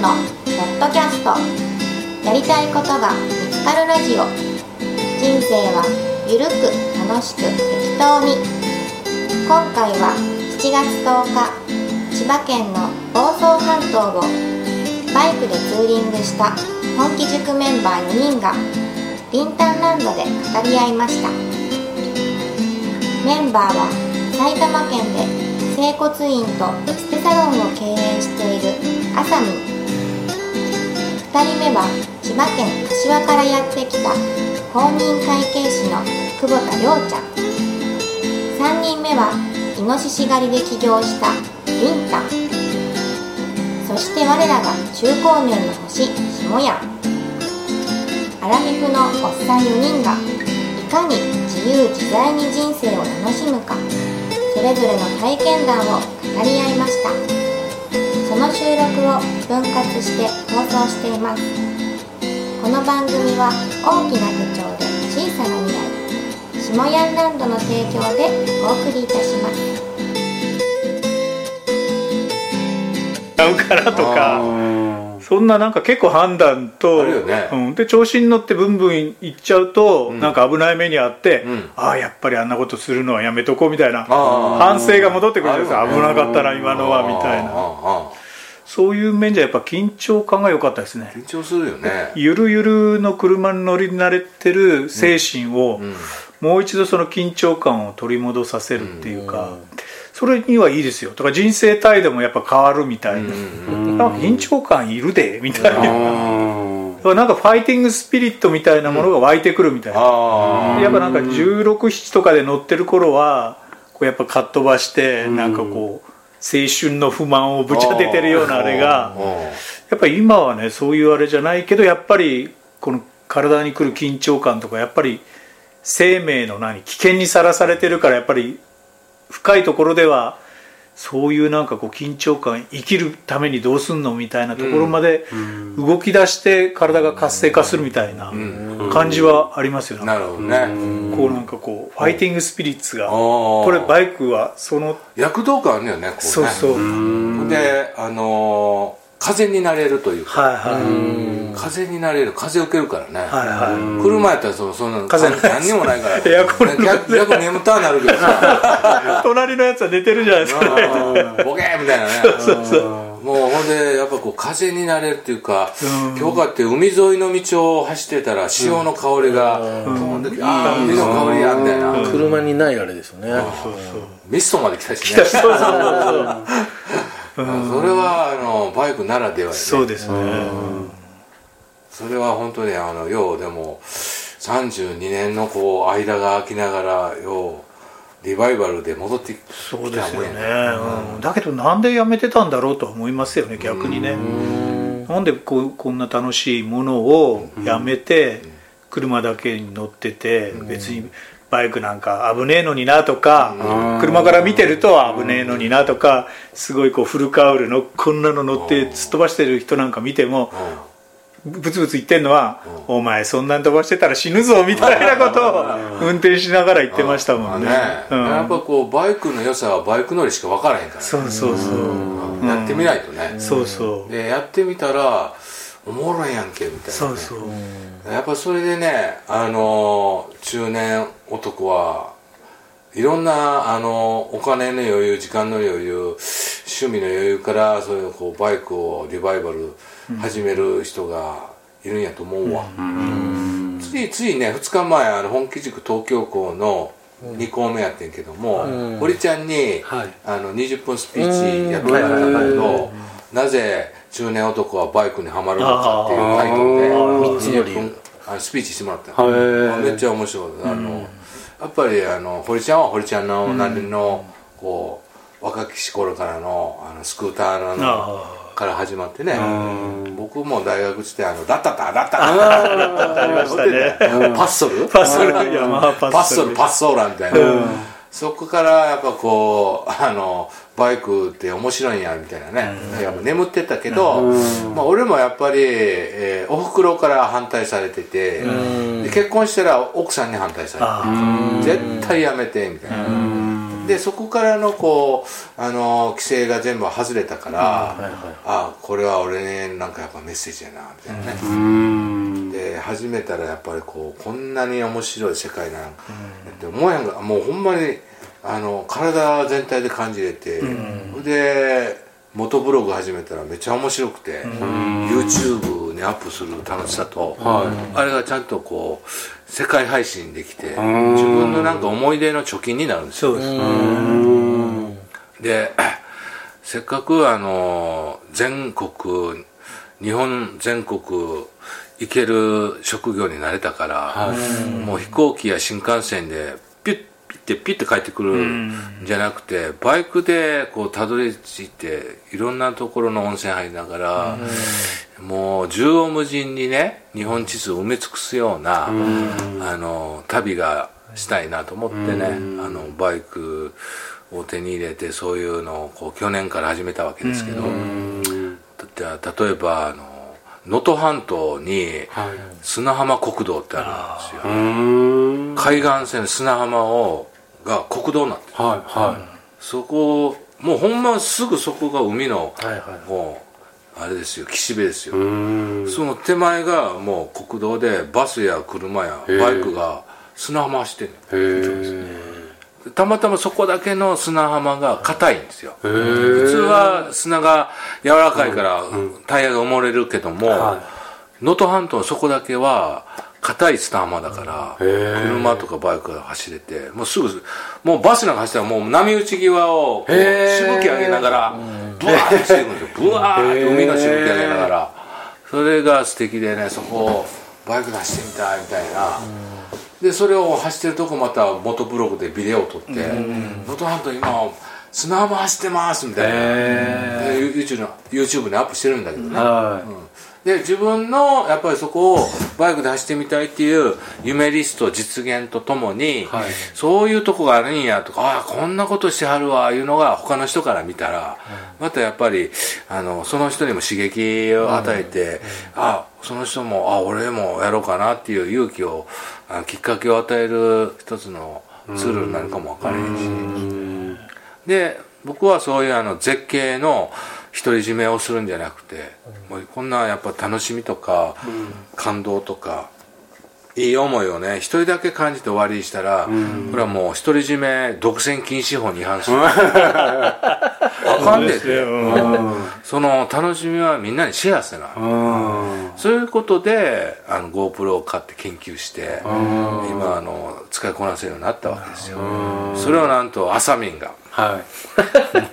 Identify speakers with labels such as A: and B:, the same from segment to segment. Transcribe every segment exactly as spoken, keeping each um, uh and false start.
A: のポッドキャスト、やりたいことが見つかるラジオ。人生はゆるく楽しく適当に。今回はしちがつとおか、千葉県の房総半島をバイクでツーリングした本気塾メンバーよにんがリンタンランドで語り合いました。メンバーは埼玉県で整骨院とエステサロンを経営しているあさみん、ふたりめは千葉県柏からやってきた公認会計士の久保田亮ちゃん、さんにんめはイノシシ狩りで起業したリンタン、そして我らが中高年の星下やん。アラフィフのおっさんよにんがいかに自由自在に人生を楽しむか、それぞれの体験談を語り合いました。その収録を分割して放送しています。この番組は大きな手帳で小さな未来、下やんランドの提供でお送りいたします。
B: 合うからとか、そんななんか結構判断と、
C: あるよね、
B: うん、で調子に乗ってブンブンいっちゃうと、うん、なんか危ない目にあって、うん、ああやっぱりあんなことするのはやめとこうみたいな反省が戻ってくるんですよ、ね、危なかったな今のはみたいな。そういう面じゃやっぱ緊張感が良かったですね。
C: 緊張するよね。
B: ゆるゆるの車に乗り慣れてる精神を、うんうん、もう一度その緊張感を取り戻させるっていうか、うん、それにはいいですよ。とか人生態度もやっぱ変わるみたいな、うん、なんか緊張感いるでみたいな、うん、なんかファイティングスピリットみたいなものが湧いてくるみたいな、うん、やっぱなんかじゅうろく、ななとかで乗ってる頃はこうやっぱかっ飛ばして、うん、なんかこう青春の不満をぶち当ててるようなあれが、やっぱり今はねそういうあれじゃないけど、やっぱりこの体に来る緊張感とか、やっぱり生命の何危険にさらされてるから、やっぱり深いところではそういうなんかこう緊張感、生きるためにどうすんのみたいなところまで動き出して体が活性化するみたいな感じはありますよね。
C: なるほどね。
B: こうなんかこうファイティングスピリッツが、これバイクはその
C: 躍動感あるよね。こうね、
B: そうそう。
C: であのー風になれるというか、
B: はいはい、
C: 風になれる、風受けるからね、
B: はいはい、
C: 車やったらそそんな
B: 風
C: 何にもないから
B: エアコンの
C: 逆逆眠たになるけどさ
B: 隣のやつは寝てるじゃないですか、ね、
C: ボケーみたいなね。
B: そうそうそう、
C: もうほんでやっぱこう風になれるっていうか、今日かって海沿いの道を走ってたら潮の香りが飛んできて、ああ海の香りやみたいな、
D: 車にないあれですよね。
C: そうそう、ミストまで来たしね。
B: そうそうそう
C: それはあのバイクならではやね。
B: そうですね、うん、
C: それは本当にあのようでもさんじゅうにねんのこう間が空きながらようリバイバルで戻ってきたもんやね。
B: そうですよね、うん、だけどなんでやめてたんだろうと思いますよね、逆にね。んなんでこうこんな楽しいものをやめて車だけに乗ってて、別にバイクなんか危ねえのになとか、車から見てると危ねえのになとか、すごいこうフルカウルのこんなの乗ってすっ飛ばしてる人なんか見てもブツブツ言ってんのは、お前そんなん飛ばしてたら死ぬぞみたいなことを運転しながら言ってましたもんね。
C: うん、やっぱこうバイクの良さはバイク乗りしか分からへんから、ね、
B: そうそうそう、
C: うん、やってみないとね、
B: うん、そうそう、
C: でやってみたらおもろいやんけみたいな、ね、
B: そうそう、
C: やっぱそれでね、あの中年男はいろんなあのお金の余裕、時間の余裕、趣味の余裕からそういうこうバイクをリバイバル始める人がいるんやと思うわ、うん、ついついねふつかまえあの本気塾東京校のに校目やってんけども、うん、堀ちゃんに、はい、あのにじゅっぷんスピーチやってもらったんだけど、なぜ中年男はバイクにはまるのかっていうタイトルでにじゅっぷんあスピーチしてもらったの。めっちゃ面白い。あの、うん、やっぱりあの堀ちゃんは堀ちゃんのなりの、うん、こう若きし頃からのあのスクーターのから始まってね、うん、僕も大学時代あのダッタタダッタタ
B: ありましたね、
C: パッソル
B: パッソルヤマハパッソル
C: パッソーラみたいな、うん、そこからやっぱこうあのバイクって面白いんやみたいなね、うん、やっぱ眠ってたけど、うん、まあ、俺もやっぱり、えー、おふくろから反対されてて、うん、で結婚したら奥さんに反対されて、絶対やめてみたいな、うん、 でそこからのこうあの規制が全部外れたから、はいはい、あこれは俺になんかやっぱメッセージやなみたいなね、うんで始めたらやっぱりこうこんなに面白い世界なんって思うやんがもうほんまにあの体全体で感じれて、うん、で元ブログ始めたらめっちゃ面白くて、うん、YouTube にアップする楽しさと、はい、あれがちゃんとこう世界配信できて自分のなんか思い出の貯金になるんですよ。そうですね。うんでせっかくあの全国日本全国行ける職業になれたから、はい、もう飛行機や新幹線でピュッピッてピッて帰ってくるんじゃなくてバイクでこうたどり着いていろんなところの温泉入りながらもう縦横無尽にね日本地図を埋め尽くすようなあの旅がしたいなと思ってねあのバイクを手に入れてそういうのをこう去年から始めたわけですけど例えばあの能登半島に砂浜国道ってあるんですよ。海岸線砂浜をが国道になってる、はいはい、そこもうほんますぐそこが海の、はいはい、もうあれですよ岸辺ですよ。その手前がもう国道でバスや車やバイクが砂浜走ってるの。たまたまそこだけの砂浜が硬いんですよ。普通は砂が柔らかいからタイヤが埋もれるけども能登半島のそこだけは硬い砂浜だから車とかバイクが走れてもうすぐもうバスなんか走ったらもう波打ち際をこうしぶき上げながらブワーって走っていくんですよ。ブワーって海のしぶき上げながらそれが素敵でねそこをバイクで走ってみたいみたいな。でそれを走ってるとこまた元ブログでビデオを撮って能登半島今砂浜走ってますみたいな YouTube の YouTube にアップしてるんだけどね、はいうんで自分のやっぱりそこをバイクで走ってみたいっていう夢リスト実現とともに、はい、そういうとこがあるんやとかああこんなことしてはるわいうのが他の人から見たら、うん、またやっぱりあのその人にも刺激を与えて、うんうん、あその人もあ俺もやろうかなっていう勇気をあきっかけを与える一つのツールになるかも分からへんし、うん、で僕はそういうあの絶景の独り占めをするんじゃなくて、うん、もうこんなやっぱ楽しみとか、うん、感動とかいい思いをね一人だけ感じて終わりにしたら、うん、これはもう独り占め独占禁止法に違反するあかんでって、うん、その楽しみはみんなにシェアせな、うん、そういうことであの GoPro を買って研究して、うん、今あの使いこなせるようになったわけですよ、うん、それをなんとあさみんがはい、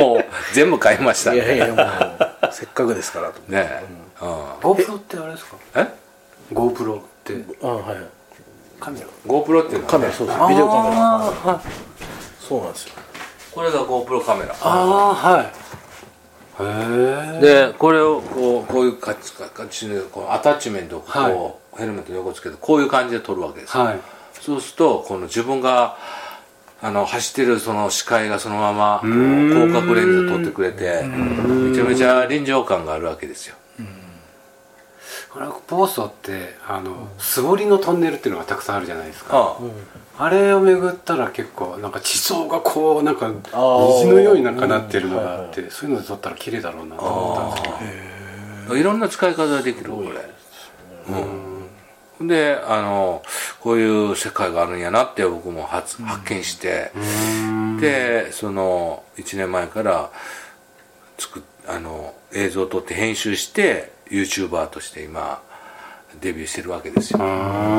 C: もう全部買いましたね。いやいやも
D: うせっかくですからと
C: ね、
D: うん、GoPro ってあれですか？
C: え
D: GoPro って
B: あはい
D: カメラ
C: GoPro っていうのは、ね、
B: カメラそうですビデオカメラはいそうなんですよ。
C: これが GoPro カメラ
D: ああはいへ
C: えでこれをこうこういう形でこうアタッチメントをこう、はい、ヘルメットに横つけてこういう感じで撮るわけです、はい、そうするとこの自分があの走ってるその視界がそのままこう広角レンズで撮ってくれてめちゃめちゃ臨場感があるわけですよ。
D: あれ房総ってあの素掘りのトンネルっていうのがたくさんあるじゃないですか。あ, あれを巡ったら結構なんか地層がこうなんか虹のようになんかなってるのがあって、うん、そういうので撮ったら綺麗だろうなと思ったんですけど
C: いろんな使い方ができるこれ、うんであのこういう世界があるんやなって僕も 発, 発見してでそのいちねんまえから作あの映像を撮って編集して YouTuber として今デビューしてるわけですよ。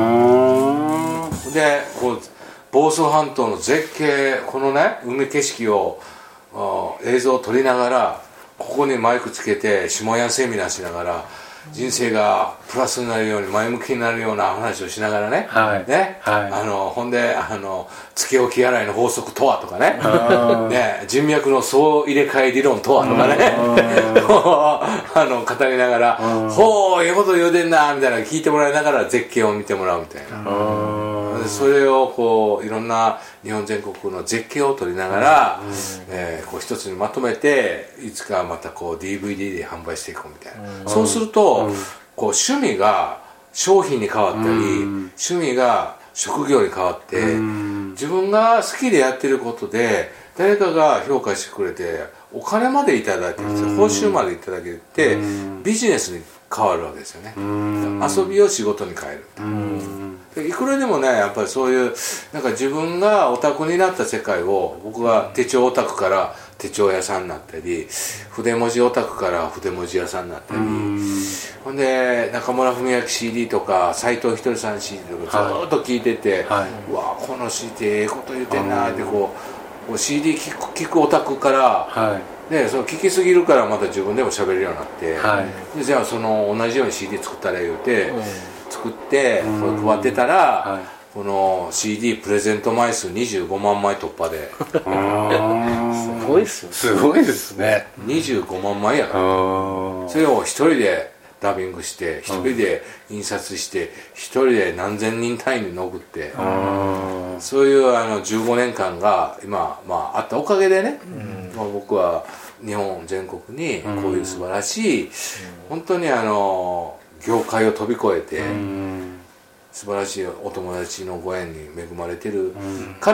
C: でこう房総半島の絶景このね海景色を映像を撮りながらここにマイクつけて下屋セミナーしながら人生がプラスになるように前向きになるような話をしながらね、はい、ね、はい、あのほんであのつけ置き洗いの法則とはとかね、ね人脈の総入れ替え理論とはとかねあの語りながらほうええこと言うてんなみたいなの聞いてもらいながら絶景を見てもらうみたいなそれをこういろんな日本全国の絶景を撮りながら、えー、こう一つにまとめていつかまたこう ディーブイディー で販売していこうみたいなそうするとこう趣味が商品に変わったり趣味が職業に変わって自分が好きでやってることで誰かが評価してくれてお金までいただける、報酬までいただけてビジネスに変わるわけですよね。遊びを仕事に変える。いくらでもねやっぱりそういうなんか自分がオタクになった世界を、僕が手帳オタクから手帳屋さんになったり、筆文字オタクから筆文字屋さんになったり、ほんで中村文明 シーディー とか斎藤ひとりさん シーディー とかずっと聞いてて、はい、うわこの シーディー ええこと言うてんなってこう シーディー 聞く、聞くオタクから、はい、でその聞きすぎるからまた自分でも喋れるようになって、はい、でじゃあその同じように シーディー 作ったら言うて、うん、作ってこれ配ってたら、はい、この シーディー プレゼント枚数にじゅうごまんまい突破で
E: すごいっすね。
D: すごいですね。
C: にじゅうごまんまいやから、それを一人でダビングして一人で印刷して一人で何千人単位に潜って、そういうあのじゅうごねんかんが今、まあ、あったおかげでね、うんまあ、僕は日本全国にこういう素晴らしい、うん、本当にあの業界を飛び越えて、うん素晴らしいお友達のご縁に恵まれてるから、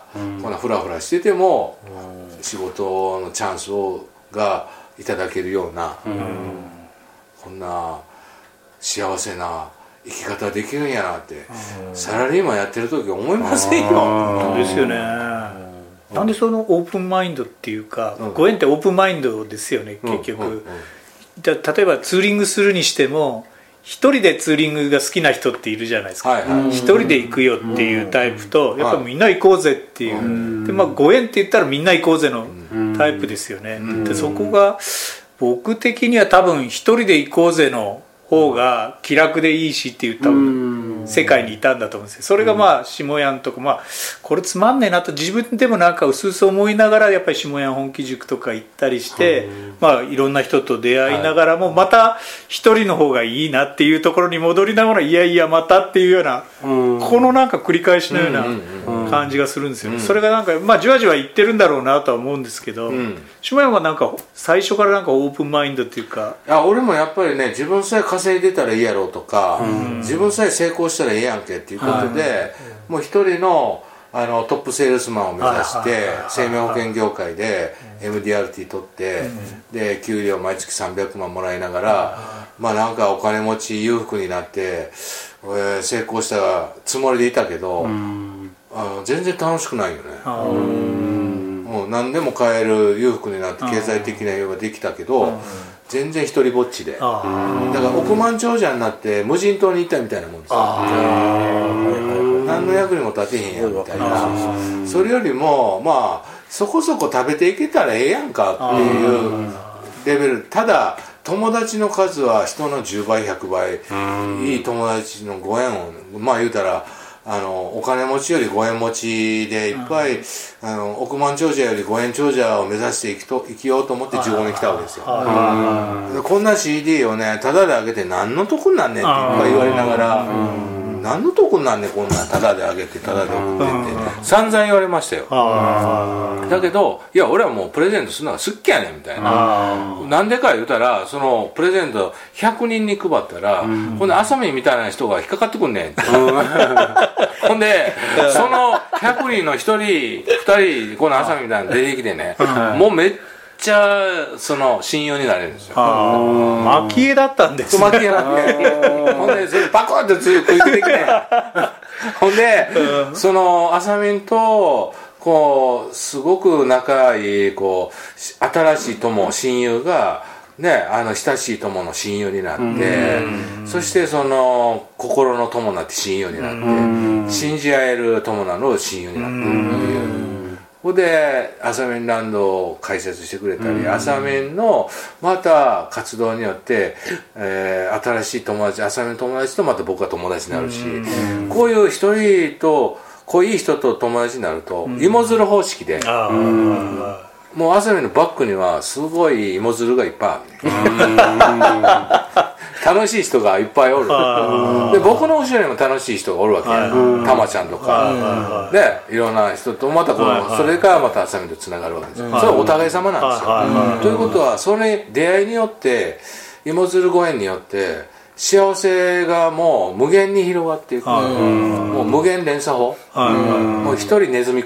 C: うん、こんなフラフラしてても、うん、仕事のチャンスをがいただけるような、うん、こんな幸せな生き方できるんやなって、うん、サラリーマンやってる時思いませんよ。
B: ですよね。なんでそのオープンマインドっていうか、うん、ご縁ってオープンマインドですよね結局、うんうんうん、じゃあ例えばツーリングするにしても一人でツーリングが好きな人っているじゃないですか、はいはい、一人で行くよっていうタイプとやっぱみんな行こうぜっていう、で、まあ、ご縁って言ったらみんな行こうぜのタイプですよね。でそこが僕的には多分一人で行こうぜの方が気楽でいいしっていう多分世界にいたんだと思うんですよ。それがまあ下屋とか、まあこれつまんねえなと自分でもなんか薄々思いながらやっぱり下屋本気塾とか行ったりして、まあいろんな人と出会いながらもまた一人の方がいいなっていうところに戻りながらいやいやまたっていうようなこのなんか繰り返しのような感じがするんですよね。それがなんかまあじわじわ言ってるんだろうなとは思うんですけど、下屋はなんか最初からなんかオープンマインドっていうか、
C: いや俺もやっぱりね自分さえ稼いでたらいいやろうとか、自分さえ成功したらええやんけっていうことで、もう一人のあのトップセールスマンを目指して生命保険業界で エムディーアールティー 取ってで給料毎月さんびゃくまんもらいながらまあなんかお金持ち裕福になって成功したつもりでいたけどあの全然楽しくないよね。もう何でも買える裕福になって経済的な余裕ができたけど全然一人ぼっちでだから億万長者になって無人島に行ったみたいなもんですよ。何の役にも立てへんやみたいな。それよりもまあそこそこ食べていけたらええやんかっていうレベル。ただ友達の数は人のじゅうばいひゃくばいいい友達のご縁をまあ言うたらあのお金持ちよりご縁持ちでいっぱいあの億万長者よりご縁長者を目指して生きと生きようと思ってじゅうごねん来たわけですよ。こんな シーディー をねタダであげて何の得になんねんっていっぱい言われながら何の得になんねんこんなんタダであげてタダで送ってって散々言われましたよ。だけどいや俺はもうプレゼントするのが好きやねんみたいな。なんでか言うたらそのプレゼントひゃくにんに配ったらこの浅見みたいな人が引っかかってくんねんってほんでそのひゃくにんのひとりふたりこの浅見みたいなの出てきてねもうめっちゃその親友になれるんですよ。
B: 蒔絵だったんです
C: ね。蒔絵なんでほんでそれパコッてつい食いついてきてほんでその浅見とこうすごく仲いいこう新しい友親友がね、あの親しい友の親友になってそしてその心の友になって親友になって信じ合える友なの親友になってっていうここでアサメンランドを開設してくれたりアサメンのまた活動によって、えー、新しい友達アサメンの友達とまた僕が友達になるしこういう一人とこういい人と友達になると芋づる方式でもうアサメのバックにはすごい芋づるがいっぱいある楽しい人がいっぱいおるで僕の後ろにも楽しい人がおるわけやたまちゃんとかでいろんな人とまたこのそれからまたアサメとつながるわけですよ。それはお互い様なんですよ。ということはそれ出会いによって芋づるご縁によって幸せがもう無限に広がっていくもう無限連鎖法もう一人ネズミ子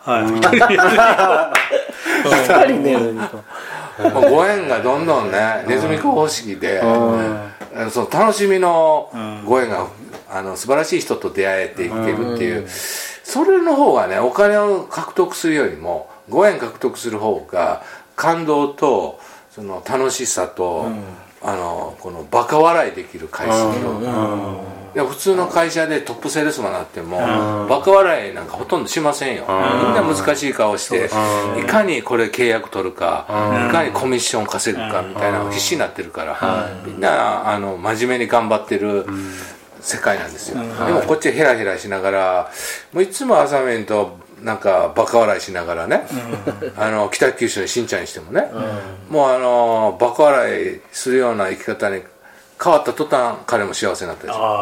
B: はい
E: ふたり寝ずにと
C: ご縁がどんどんねネズミ講方式で、その楽しみのご縁があの素晴らしい人と出会えていけるっていう、それの方がねお金を獲得するよりもご縁獲得する方が感動とその楽しさと、うん、あのこのバカ笑いできる会社の、いや普通の会社でトップセールスマンになってもバカ笑いなんかほとんどしませんよ。みんな難しい顔していかにこれ契約取るかいかにコミッション稼ぐかみたいなの必死になってるから、みんなあの真面目に頑張ってる世界なんですよ。でもこっちヘラヘラしながらもういつも朝麺となんかバカ笑いしながらね、うん、あの北九州のしんちゃんにしてもね、うん、もうあのバカ笑いするような生き方に変わった途端彼も幸せになったりする。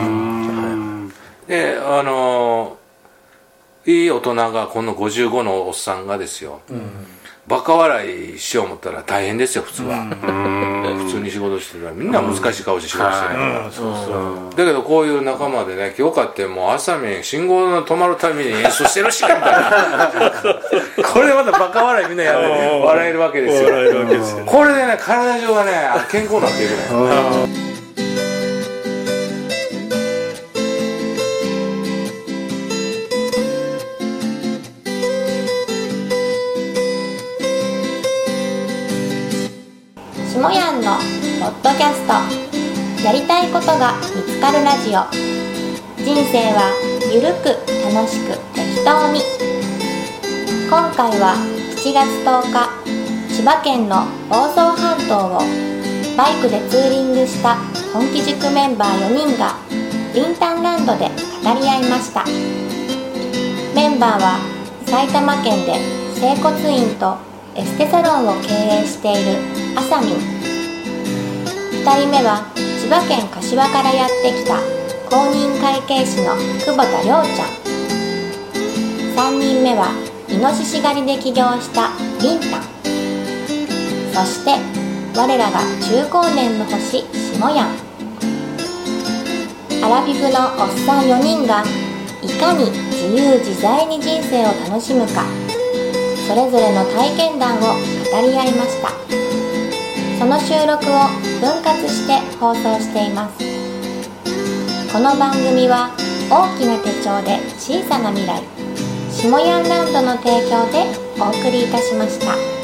C: であのいい大人がこのごじゅうごのおっさんがですよ、うん、バカ笑いしよう思ったら大変ですよ普通は。普通に仕事してるからみんな難しい顔して仕事してるから、だけどこういう仲間でね今日かってもう朝に信号の止まるために演奏してるしみたいなこれでまたバカ笑いみんなやって笑えるわけですよ。これでね体中がね健康になっていくね。
A: しもやんのポッドキャスト、やりたいことが見つかるラジオ。人生はゆるく楽しく適当に。今回はしちがつとおか、千葉県の房総半島をバイクでツーリングした本気塾メンバーよにんがリンタンランドで語り合いました。メンバーは埼玉県で整骨院とエステサロンを経営しているあさみん。ふたりめは千葉県柏からやってきた公認会計士の久保田亮ちゃん。さんにんめはイノシシ狩りで起業したりんたん。そして我らが中高年の星しもやん。アラフィフのおっさんよにんがいかに自由自在に人生を楽しむか、それぞれの体験談を語り合いました。その収録を分割して放送しています。この番組は大きな手帳で小さな未来、しもやんランドの提供でお送りいたしました。